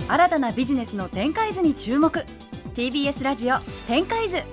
新たなビジネスの展開図に注目。 TBS ラジオ展開図。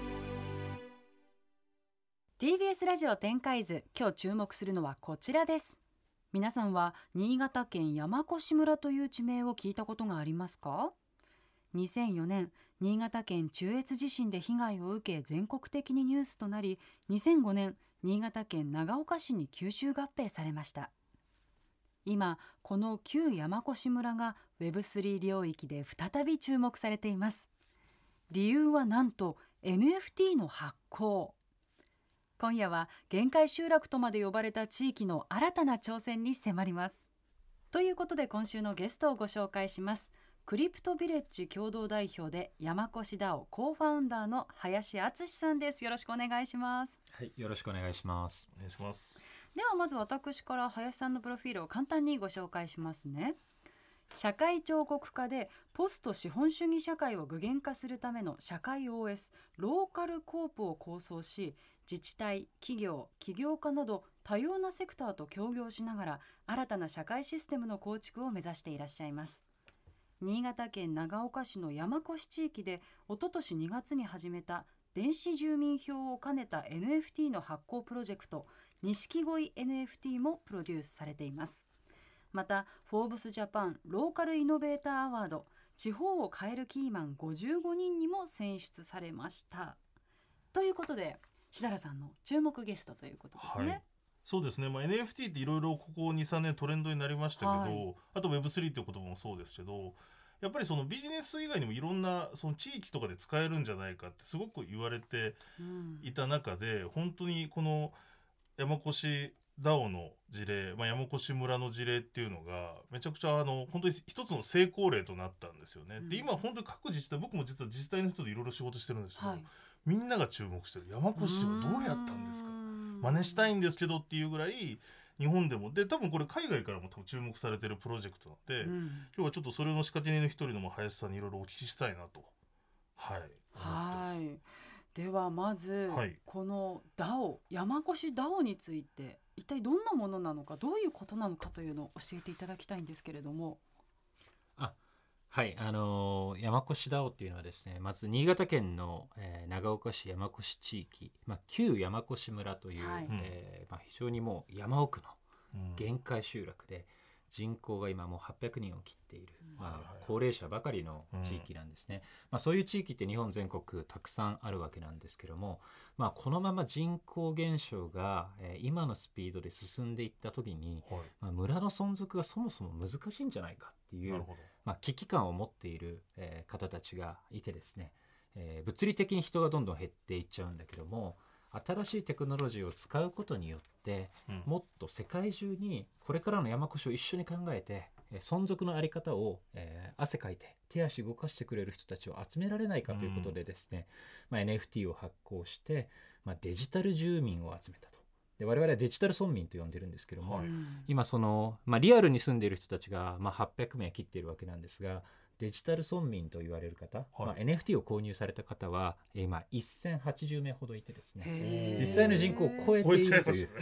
TBS ラジオ展開図、今日注目するのはこちらです。皆さんは新潟県山古村という地名を聞いたことがありますか？2004年、新潟県中越地震で被害を受け全国的にニュースとなり、2005年、新潟県長岡市に吸収合併されました。今、この旧山古村が Web3 領域で再び注目されています。理由はなんと NFT の発行。今夜は限界集落とまで呼ばれた地域の新たな挑戦に迫ります。ということで今週のゲストをご紹介します。クリプトビレッジ共同代表で山越DAOコーファウンダーの林敦さんです。よろしくお願いします。 はい、よろしくお願いします。 お願いします。 ではまず私から林さんのプロフィールを簡単にご紹介しますね。社会彫刻家でポスト資本主義社会を具現化するための社会 OS ローカルコープを構想し、自治体、企業、起業家など多様なセクターと協業しながら新たな社会システムの構築を目指していらっしゃいます。新潟県長岡市の山古志地域でおととし2月に始めた電子住民票を兼ねた NFT の発行プロジェクト錦鯉 NFT もプロデュースされています。またフォーブスジャパンローカルイノベーターアワード地方を変えるキーマン55人にも選出されました。ということで志田さんの注目ゲストということですね。 はい、そうですね、NFT っていろいろここ 2,3 年トレンドになりましたけど、はい、あと Web3 っていう言葉もそうですけど、やっぱりそのビジネス以外にもいろんなその地域とかで使えるんじゃないかってすごく言われていた中で、本当にこの山越DAO の事例、山越村の事例っていうのがめちゃくちゃ本当に一つの成功例となったんですよね。で今本当に各自治体、僕も実は自治体の人でいろいろ仕事してるんですけど、みんなが注目してる山越市はどうやったんですか、真似したいんですけどっていうぐらい日本でもで、多分これ海外からも多分注目されてるプロジェクトなので、今日はちょっとそれの仕掛け人の一人の林さんにいろいろお聞きしたいなと、思ってます。 ではまず、この DAO 山越DAO について一体どんなものなのか、どういうことなのかというのを教えていただきたいんですけれども。 はい、山越DAOっていうのはですね、まず新潟県の、長岡市山越地域、旧山越村という、非常にもう山奥の限界集落で、人口が今もう800人を切っている、高齢者ばかりの地域なんですね。そういう地域って日本全国たくさんあるわけなんですけども、このまま人口減少が、今のスピードで進んでいった時に、村の存続がそもそも難しいんじゃないかっていう、危機感を持っている、方たちがいてですね、物理的に人がどんどん減っていっちゃうんだけども、新しいテクノロジーを使うことによって、もっと世界中にこれからの山越を一緒に考えて、存続のあり方を、汗かいて手足動かしてくれる人たちを集められないかということでですね、NFT を発行して、デジタル住民を集めたと。で我々はデジタル村民と呼んでるんですけども、今その、リアルに住んでいる人たちが、800名切っているわけなんですが、デジタル村民と言われる方、NFT を購入された方は今1080名ほどいてですね、実際の人口を超えているという、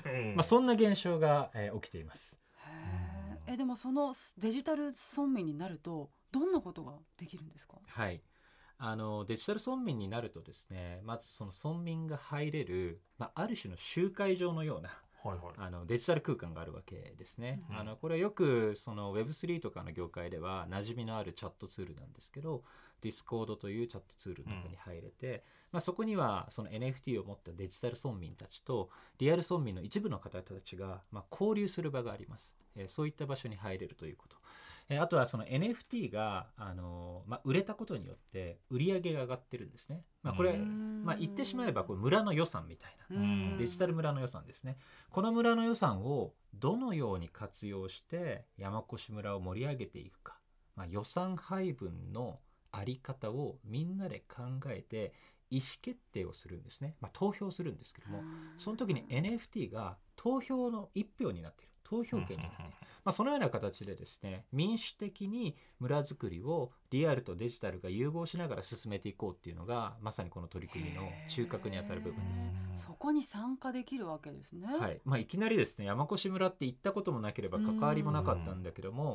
そんな現象が、起きています。 でもそのデジタル村民になるとどんなことができるんですか？ はい、デジタル村民になるとですね、まずその村民が入れる、ある種の集会場のようなデジタル空間があるわけですね。これはよくその Web3 とかの業界では馴染みのあるチャットツールなんですけど、 Discord というチャットツールの中に入れて、そこにはその NFT を持ったデジタル村民たちとリアル村民の一部の方たちが、交流する場があります。そういった場所に入れるということ。あとはその NFT が売れたことによって売り上げが上がってるんですね。これ、言ってしまえばこれ村の予算みたいな、デジタル村の予算ですね。この村の予算をどのように活用して山越村を盛り上げていくか、予算配分のあり方をみんなで考えて意思決定をするんですね。投票するんですけども、その時に NFT が投票の一票になっている、投票権になっている、そのような形でですね、民主的に村づくりをリアルとデジタルが融合しながら進めていこうっていうのがまさにこの取り組みの中核にあたる部分です。 そこに参加できるわけですね。 はい、いきなりですね山越村って行ったこともなければ関わりもなかったんだけども、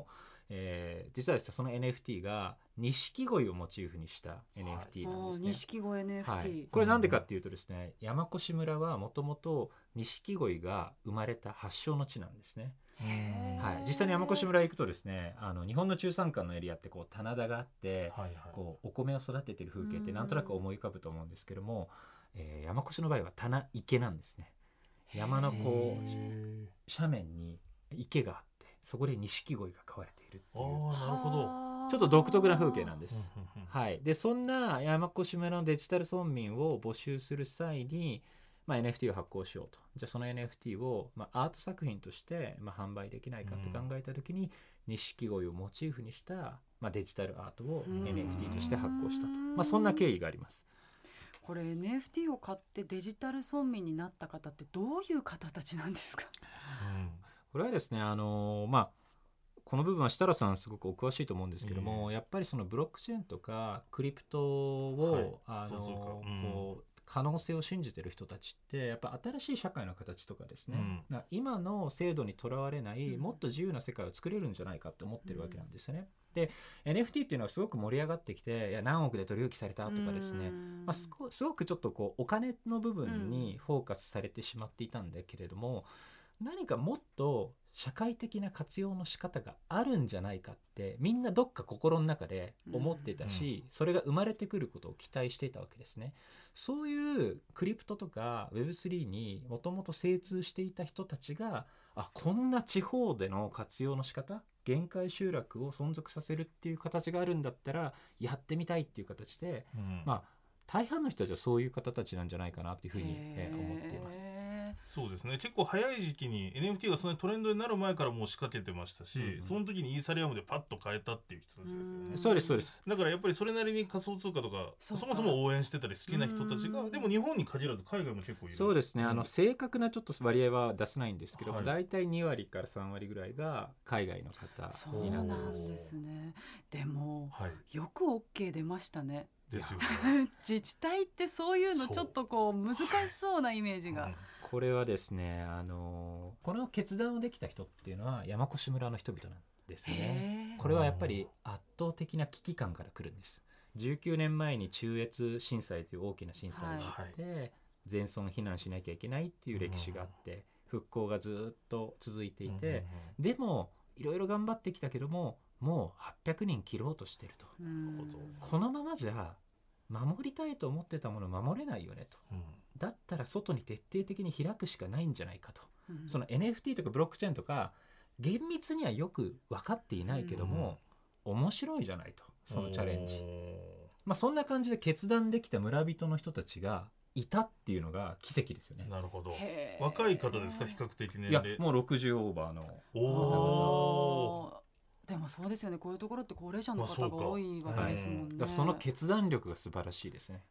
実はですねその NFT が錦鯉をモチーフにした NFT なんですね。 錦鯉 NFT、 はい、これなんでかっていうとですね、山古志村はもともと錦鯉が生まれた発祥の地なんですね。はい、実際に山古志村行くとですね、日本の中山間のエリアってこう棚田があって、こうお米を育てている風景ってなんとなく思い浮かぶと思うんですけども、山古志の場合は棚池なんですね。山のこう斜面に池があってそこで錦鯉が飼われているっていう、 なるほど、 ちょっと独特な風景なんです。はい、でそんな山古志村のデジタル村民を募集する際に、NFT を発行しようと。じゃあその NFT を、アート作品として、販売できないかって考えた時に錦鯉をモチーフにした、デジタルアートを NFT として発行したと、そんな経緯があります。 これ NFT を買ってデジタル村民になった方ってどういう方たちなんですか？ これはですねこの部分は設楽さんすごくお詳しいと思うんですけども、やっぱりそのブロックチェーンとかクリプトを、こう可能性を信じてる人たちってやっぱ新しい社会の形とかですね、今の制度にとらわれないもっと自由な世界を作れるんじゃないかって思ってるわけなんですよね。で NFT っていうのはすごく盛り上がってきて、いや何億で取引されたとかですね、すごくちょっとこうお金の部分にフォーカスされてしまっていたんだけれども、何かもっと社会的な活用の仕方があるんじゃないかってみんなどっか心の中で思ってたし、それが生まれてくることを期待していたわけですね。そういうクリプトとか Web3 にもともと精通していた人たちが、こんな地方での活用の仕方、限界集落を存続させるっていう形があるんだったらやってみたいっていう形で、大半の人たちはそういう方たちなんじゃないかなというふうに思っています。 そうですね、結構早い時期に NFT がそんなにトレンドになる前からもう仕掛けてましたし、その時にイーサリアムでパッと変えたっていう人たちですよね。 そうですそうです。 だからやっぱりそれなりに仮想通貨とかそもそも応援してたり好きな人たちが、でも日本に限らず海外も結構いる。 そうですね、正確なちょっと割合は出せないんですけども、だいたい2割から3割ぐらいが海外の方になってます。そうなんですね。でも、よく OK 出ましたね。 ですよね自治体ってそういうのちょっとこう難しそうなイメージが、 これはですね、この決断をできた人っていうのは山古志村の人々なんですね。これはやっぱり圧倒的な危機感から来るんです。19年前に中越震災という大きな震災があって、全村避難しなきゃいけないっていう歴史があって、復興がずっと続いていて、でもいろいろ頑張ってきたけどももう800人切ろうとしてると。このままじゃ守りたいと思ってたもの守れないよねと、だったら外に徹底的に開くしかないんじゃないかと、その NFT とかブロックチェーンとか厳密にはよく分かっていないけども、面白いじゃないと、そのチャレンジ。そんな感じで決断できた村人の人たちがいたっていうのが奇跡ですよね。 なるほど。若い方ですか、比較的年齢。いやもう60オーバーの方々。でもそうですよね、こういうところって高齢者の方が多いわけですもんね。 その決断力が素晴らしいですね。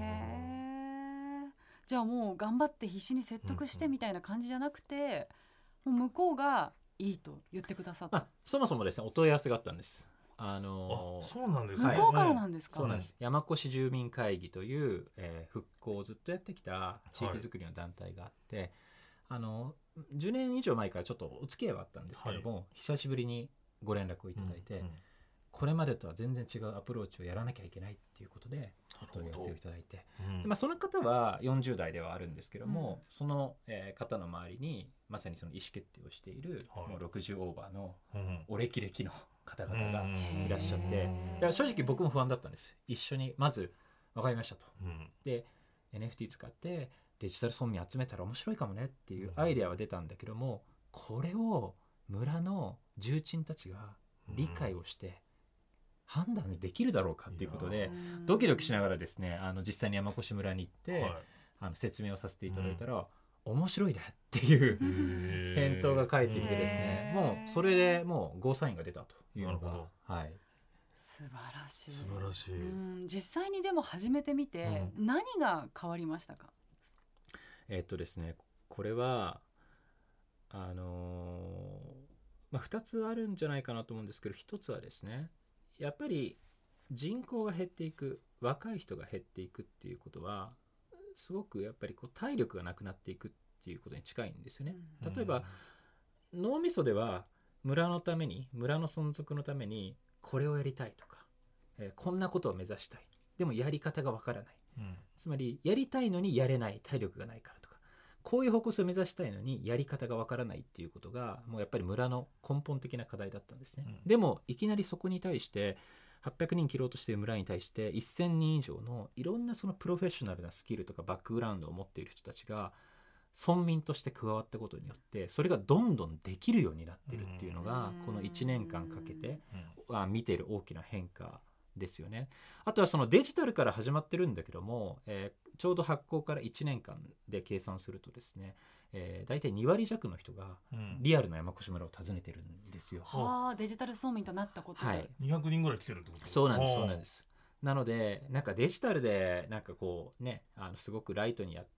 じゃあもう頑張って必死に説得してみたいな感じじゃなくて、もう向こうがいいと言ってくださった。 そもそもですね、お問い合わせがあったんです。 そうなんですね。向こうからなんですか？ そうなんです。山古志住民会議という、復興をずっとやってきた地域づくりの団体があって、10年以上前からちょっとお付き合いはあったんですけども、久しぶりにご連絡をいただいて、これまでとは全然違うアプローチをやらなきゃいけないっていうことでお問い合わせをいただいて、でその方は40代ではあるんですけども、その、方の周りにまさにその意思決定をしている、もう60オーバーのお歴々の方々がいらっしゃって、いや正直僕も不安だったんです。一緒にまず分かりましたと、で NFT 使ってデジタル村民集めたら面白いかもねっていうアイデアは出たんだけども、これを村の重鎮たちが理解をして判断できるだろうかっていうことでドキドキしながらですね、実際に山古志村に行って、説明をさせていただいたら、面白いねっていう返答が返ってきてですね、もうそれでもうゴーサインが出たというのが、 素晴らしい。 素晴らしい。 実際にでも始めてみて、何が変わりましたか？ ですね、これは2つあるんじゃないかなと思うんですけど、1つはですね、やっぱり人口が減っていく、若い人が減っていくっていうことはすごくやっぱりこう体力がなくなっていくっていうことに近いんですよね。例えば脳みそでは村のために、村の存続のためにこれをやりたいとか、こんなことを目指したい、でもやり方がわからない、つまりやりたいのにやれない、体力がないからとか、こういう方向性を目指したいのにやり方がわからないっていうことがもうやっぱり村の根本的な課題だったんですね、でもいきなりそこに対して800人切ろうとしている村に対して1000人以上のいろんなそのプロフェッショナルなスキルとかバックグラウンドを持っている人たちが村民として加わったことによってそれがどんどんできるようになってるっていうのがこの1年間かけて見ている大きな変化ですよね。あとはそのデジタルから始まってるんだけども、ちょうど発行から1年間で計算するとですね、大体2割弱の人がリアルな山古志村を訪ねてるんですよ。 デジタル村民となったことで、 はい、200人ぐらい来てるってこと？ そうなんです、そうなんです。なのでなんかデジタルでなんかこうね、すごくライトにやって、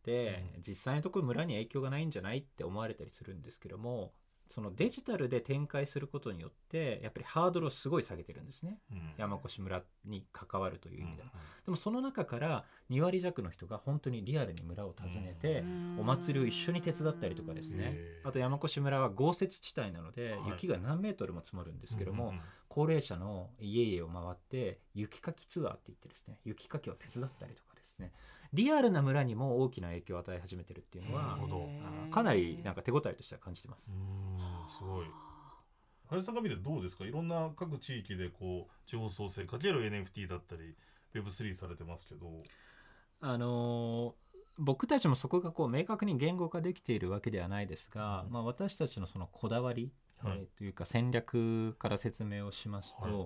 実際のところ村に影響がないんじゃないって思われたりするんですけども、そのデジタルで展開することによってやっぱりハードルをすごい下げてるんですね、山古村に関わるという意味では、でもその中から2割弱の人が本当にリアルに村を訪ねて、お祭りを一緒に手伝ったりとかですね、あと山古村は豪雪地帯なので雪が何メートルも積もるんですけども、高齢者の家々を回って雪かきツアーって言ってですね、雪かきを手伝ったりとかですね、リアルな村にも大きな影響を与え始めてるっていうのはかなりなんか手応えとしては感じてます。 すごい。林さんが見てどうですか？いろんな各地域でこう地方創生かける NFT だったり Web3 されてますけど、 僕たちもそこがこう明確に言語化できているわけではないですが、私たちのそのこだわり、というか戦略から説明をしますと、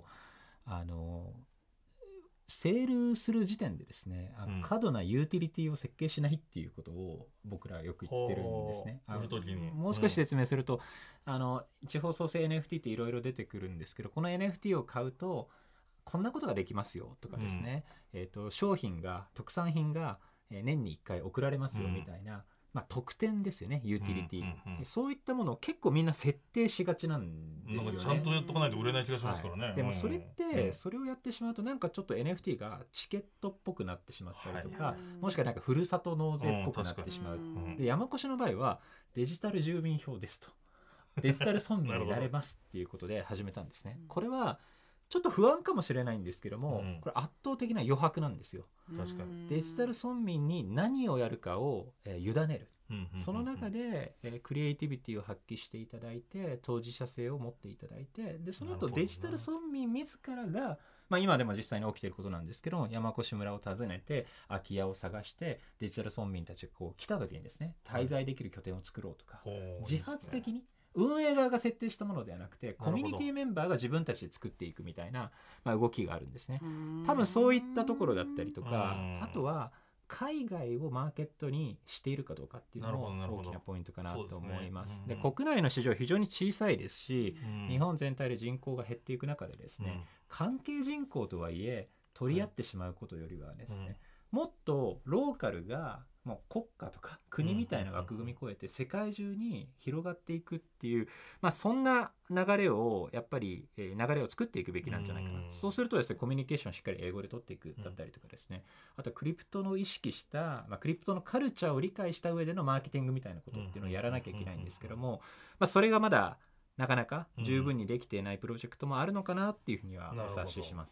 セールする時点でですね、過度なユーティリティを設計しないっていうことを僕らはよく言ってるんですね。もう少し説明すると、地方創生 NFT っていろいろ出てくるんですけど、この NFT を買うとこんなことができますよとかですね、商品が特産品が年に1回送られますよみたいな、特典ですよね、ユーティリティ、そういったものを結構みんな設定しがちなんですよね。 ちゃんとやっとかないと売れない気がしますからね、 でもそれってそれをやってしまうとなんかちょっと NFT がチケットっぽくなってしまったりとか、もしくはなんかふるさと納税っぽくなってしまう、で山古志の場合はデジタル住民票ですと、デジタル村民になれますっていうことで始めたんですね。これはちょっと不安かもしれないんですけども、これ圧倒的な余白なんですよ。 確かにデジタル村民に何をやるかを、委ねる、その中で、クリエイティビティを発揮していただいて、当事者性を持っていただいて、でその後デジタル村民自らが、今でも実際に起きていることなんですけど、山古志村を訪ねて空き家を探してデジタル村民たちがこう来た時にですね、滞在できる拠点を作ろうとか、自発的に運営側が設定したものではなくて、コミュニティメンバーが自分たちで作っていくみたいな、動きがあるんですね。多分そういったところだったりとか、あとは海外をマーケットにしているかどうかっていうのも大きなポイントかなと思います。で、国内の市場は非常に小さいですし、日本全体で人口が減っていく中でですね、関係人口とはいえ取り合ってしまうことよりはですね、もっとローカルがもう国家とか国みたいな枠組み超えて世界中に広がっていくっていう、そんな流れをやっぱり流れを作っていくべきなんじゃないかな。そうするとですね、コミュニケーションをしっかり英語で取っていくだったりとかですね、あとクリプトの意識した、クリプトのカルチャーを理解した上でのマーケティングみたいなことっていうのをやらなきゃいけないんですけども、それがまだなかなか十分にできていないプロジェクトもあるのかなっていうふうにはお察しします。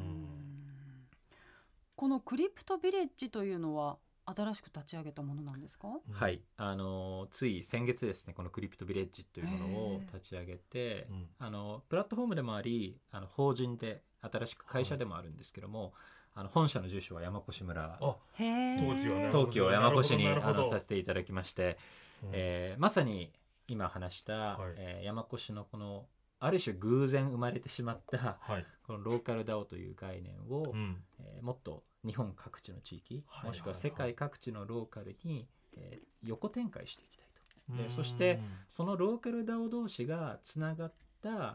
このクリプトビレッジというのは新しく立ち上げたものなんですか？ はい、つい先月ですね、このクリプトビレッジというものを立ち上げて、プラットフォームでもあり、法人で新しく会社でもあるんですけども、本社の住所は山古志村、東京山古志にさせていただきまして、まさに今話した、山古志のこのある種偶然生まれてしまった、このローカル DAO という概念を、もっと日本各地の地域、もしくは世界各地のローカルに、横展開していきたいと。でそしてそのローカル DAO 同士がつながった、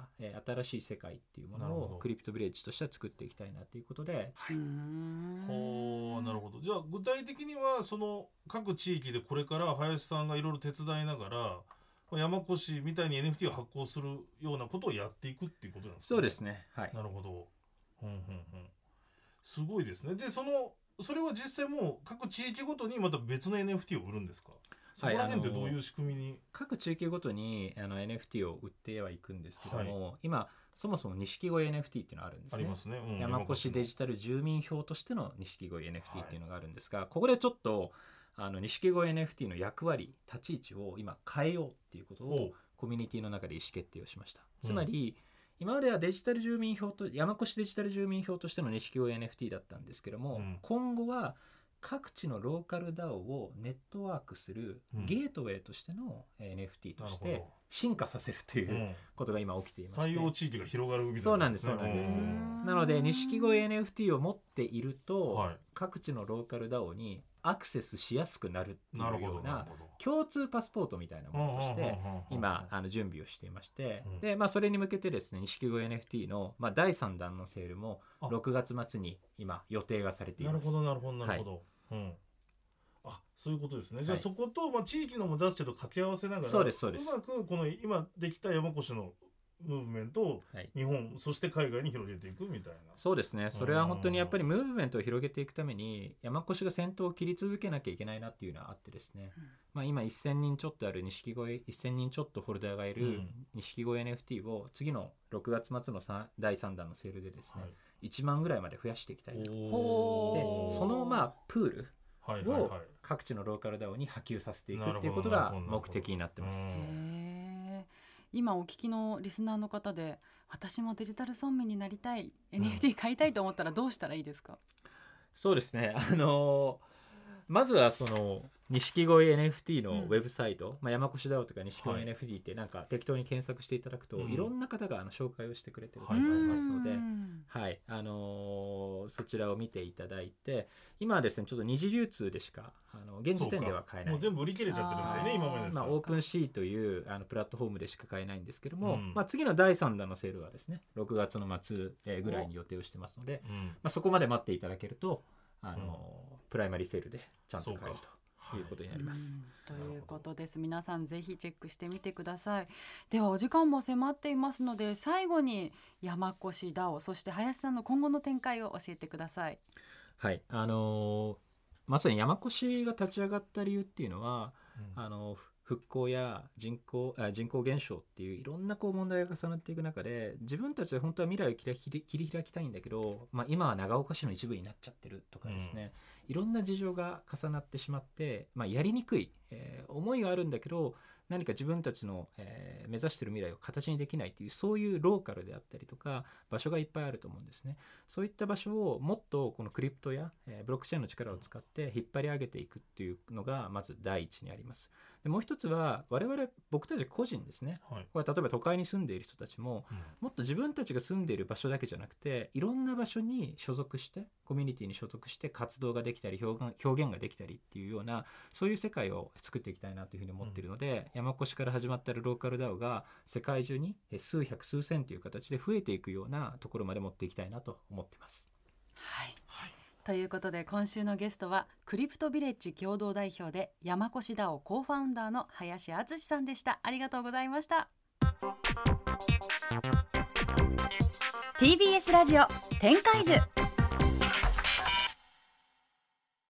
新しい世界っていうものをクリプトビレッジとしては作っていきたいなということで、 なるほど。じゃあ具体的にはその各地域でこれから林さんがいろいろ手伝いながら山古志みたいに NFT を発行するようなことをやっていくっていうことなんですか？ そうですね、はい。 なるほど。すごいですね。でそれは実際もう各地域ごとにまた別の NFT を売るんですか？ そこら辺ってどういう仕組みに、 各地域ごとにNFT を売ってはいくんですけども、今そもそも錦鯉 NFT っていうのがあるんですね。 ありますね、 山越デジタル住民票としての錦鯉 NFT っていうのがあるんですが、ここでちょっと錦鯉 NFT の役割立ち位置を今変えようっていうことをコミュニティの中で意思決定をしました。つまり、今まではデジタル住民票と山越デジタル住民票としての錦鯉 NFT だったんですけども、今後は各地のローカル DAO をネットワークするゲートウェイとしての NFT として進化させるということが今起きていまして、 対応地域が広がるみたいな、 そうなんです、そうなんです。なので錦鯉 NFT を持っていると、各地のローカル DAO にアクセスしやすくなるっていうような共通パスポートみたいなものとして今準備をしていまして、で、それに向けてですね、錦鯉 NFT の、第3弾のセールも6月末に今予定がされています。 なるほど、そういうことですね。じゃあそこと、地域のも出すけど掛け合わせながら、 そうですそうです、 うまくこの今できた山越のムーブメントを日本、そして海外に広げていくみたいな。 そうですね。それは本当にやっぱりムーブメントを広げていくために山越が先頭を切り続けなきゃいけないなっていうのはあってですね、今1000人ちょっとある錦鯉1000人ちょっとホルダーがいる錦鯉 NFT を次の6月末の第3弾のセールでですね、1万ぐらいまで増やしていきたいと。でそのプールを各地のローカル DAO に波及させていくっていうことが目的になってます。 今お聞きのリスナーの方で、私もデジタル村民になりたい、NFT 買いたいと思ったらどうしたらいいですか？ そうですね、まずはその錦鯉 NFT のウェブサイト、山越 DAO とか錦鯉 NFT ってなんか適当に検索していただくと、いろんな方が紹介をしてくれてると思いますので、そちらを見ていただいて、今はですねちょっと二次流通でしか現時点では買えない、 もう全部売り切れちゃってるんですよね、今までです。 オープンシーというプラットフォームでしか買えないんですけども、次の第3弾のセールはですね6月の末ぐらいに予定をしてますので、そこまで待っていただけるとプライマリーセールでちゃんと買えるということになります。 ということです。皆さんぜひチェックしてみてください。ではお時間も迫っていますので、最後に山越 DAO、そして林さんの今後の展開を教えてください。 はい、まさに山越が立ち上がった理由っていうのは、復興や人口減少っていういろんな問題が重なっていく中で、自分たちで本当は未来を切り開きたいんだけど、今は長岡市の一部になっちゃってるとかですね、いろんな事情が重なってしまって、やりにくい、思いがあるんだけど何か自分たちの、目指している未来を形にできないという、そういうローカルであったりとか場所がいっぱいあると思うんですね。そういった場所をもっとこのクリプトや、ブロックチェーンの力を使って引っ張り上げていくっていうのがまず第一にあります。でもう一つは僕たち個人ですね、これ例えば都会に住んでいる人たちも、もっと自分たちが住んでいる場所だけじゃなくて、いろんな場所に所属してコミュニティに所属して活動ができたり表現ができたりっていうような、そういう世界を作っていきたいなというふうに思っているので、山越から始まったローカル DAO が世界中に数百数千という形で増えていくようなところまで持っていきたいなと思っています。 ということで今週のゲストはクリプトビレッジ共同代表で山越 DAO コーファウンダーの林敦さんでした。ありがとうございました。 TBS ラジオ展開図。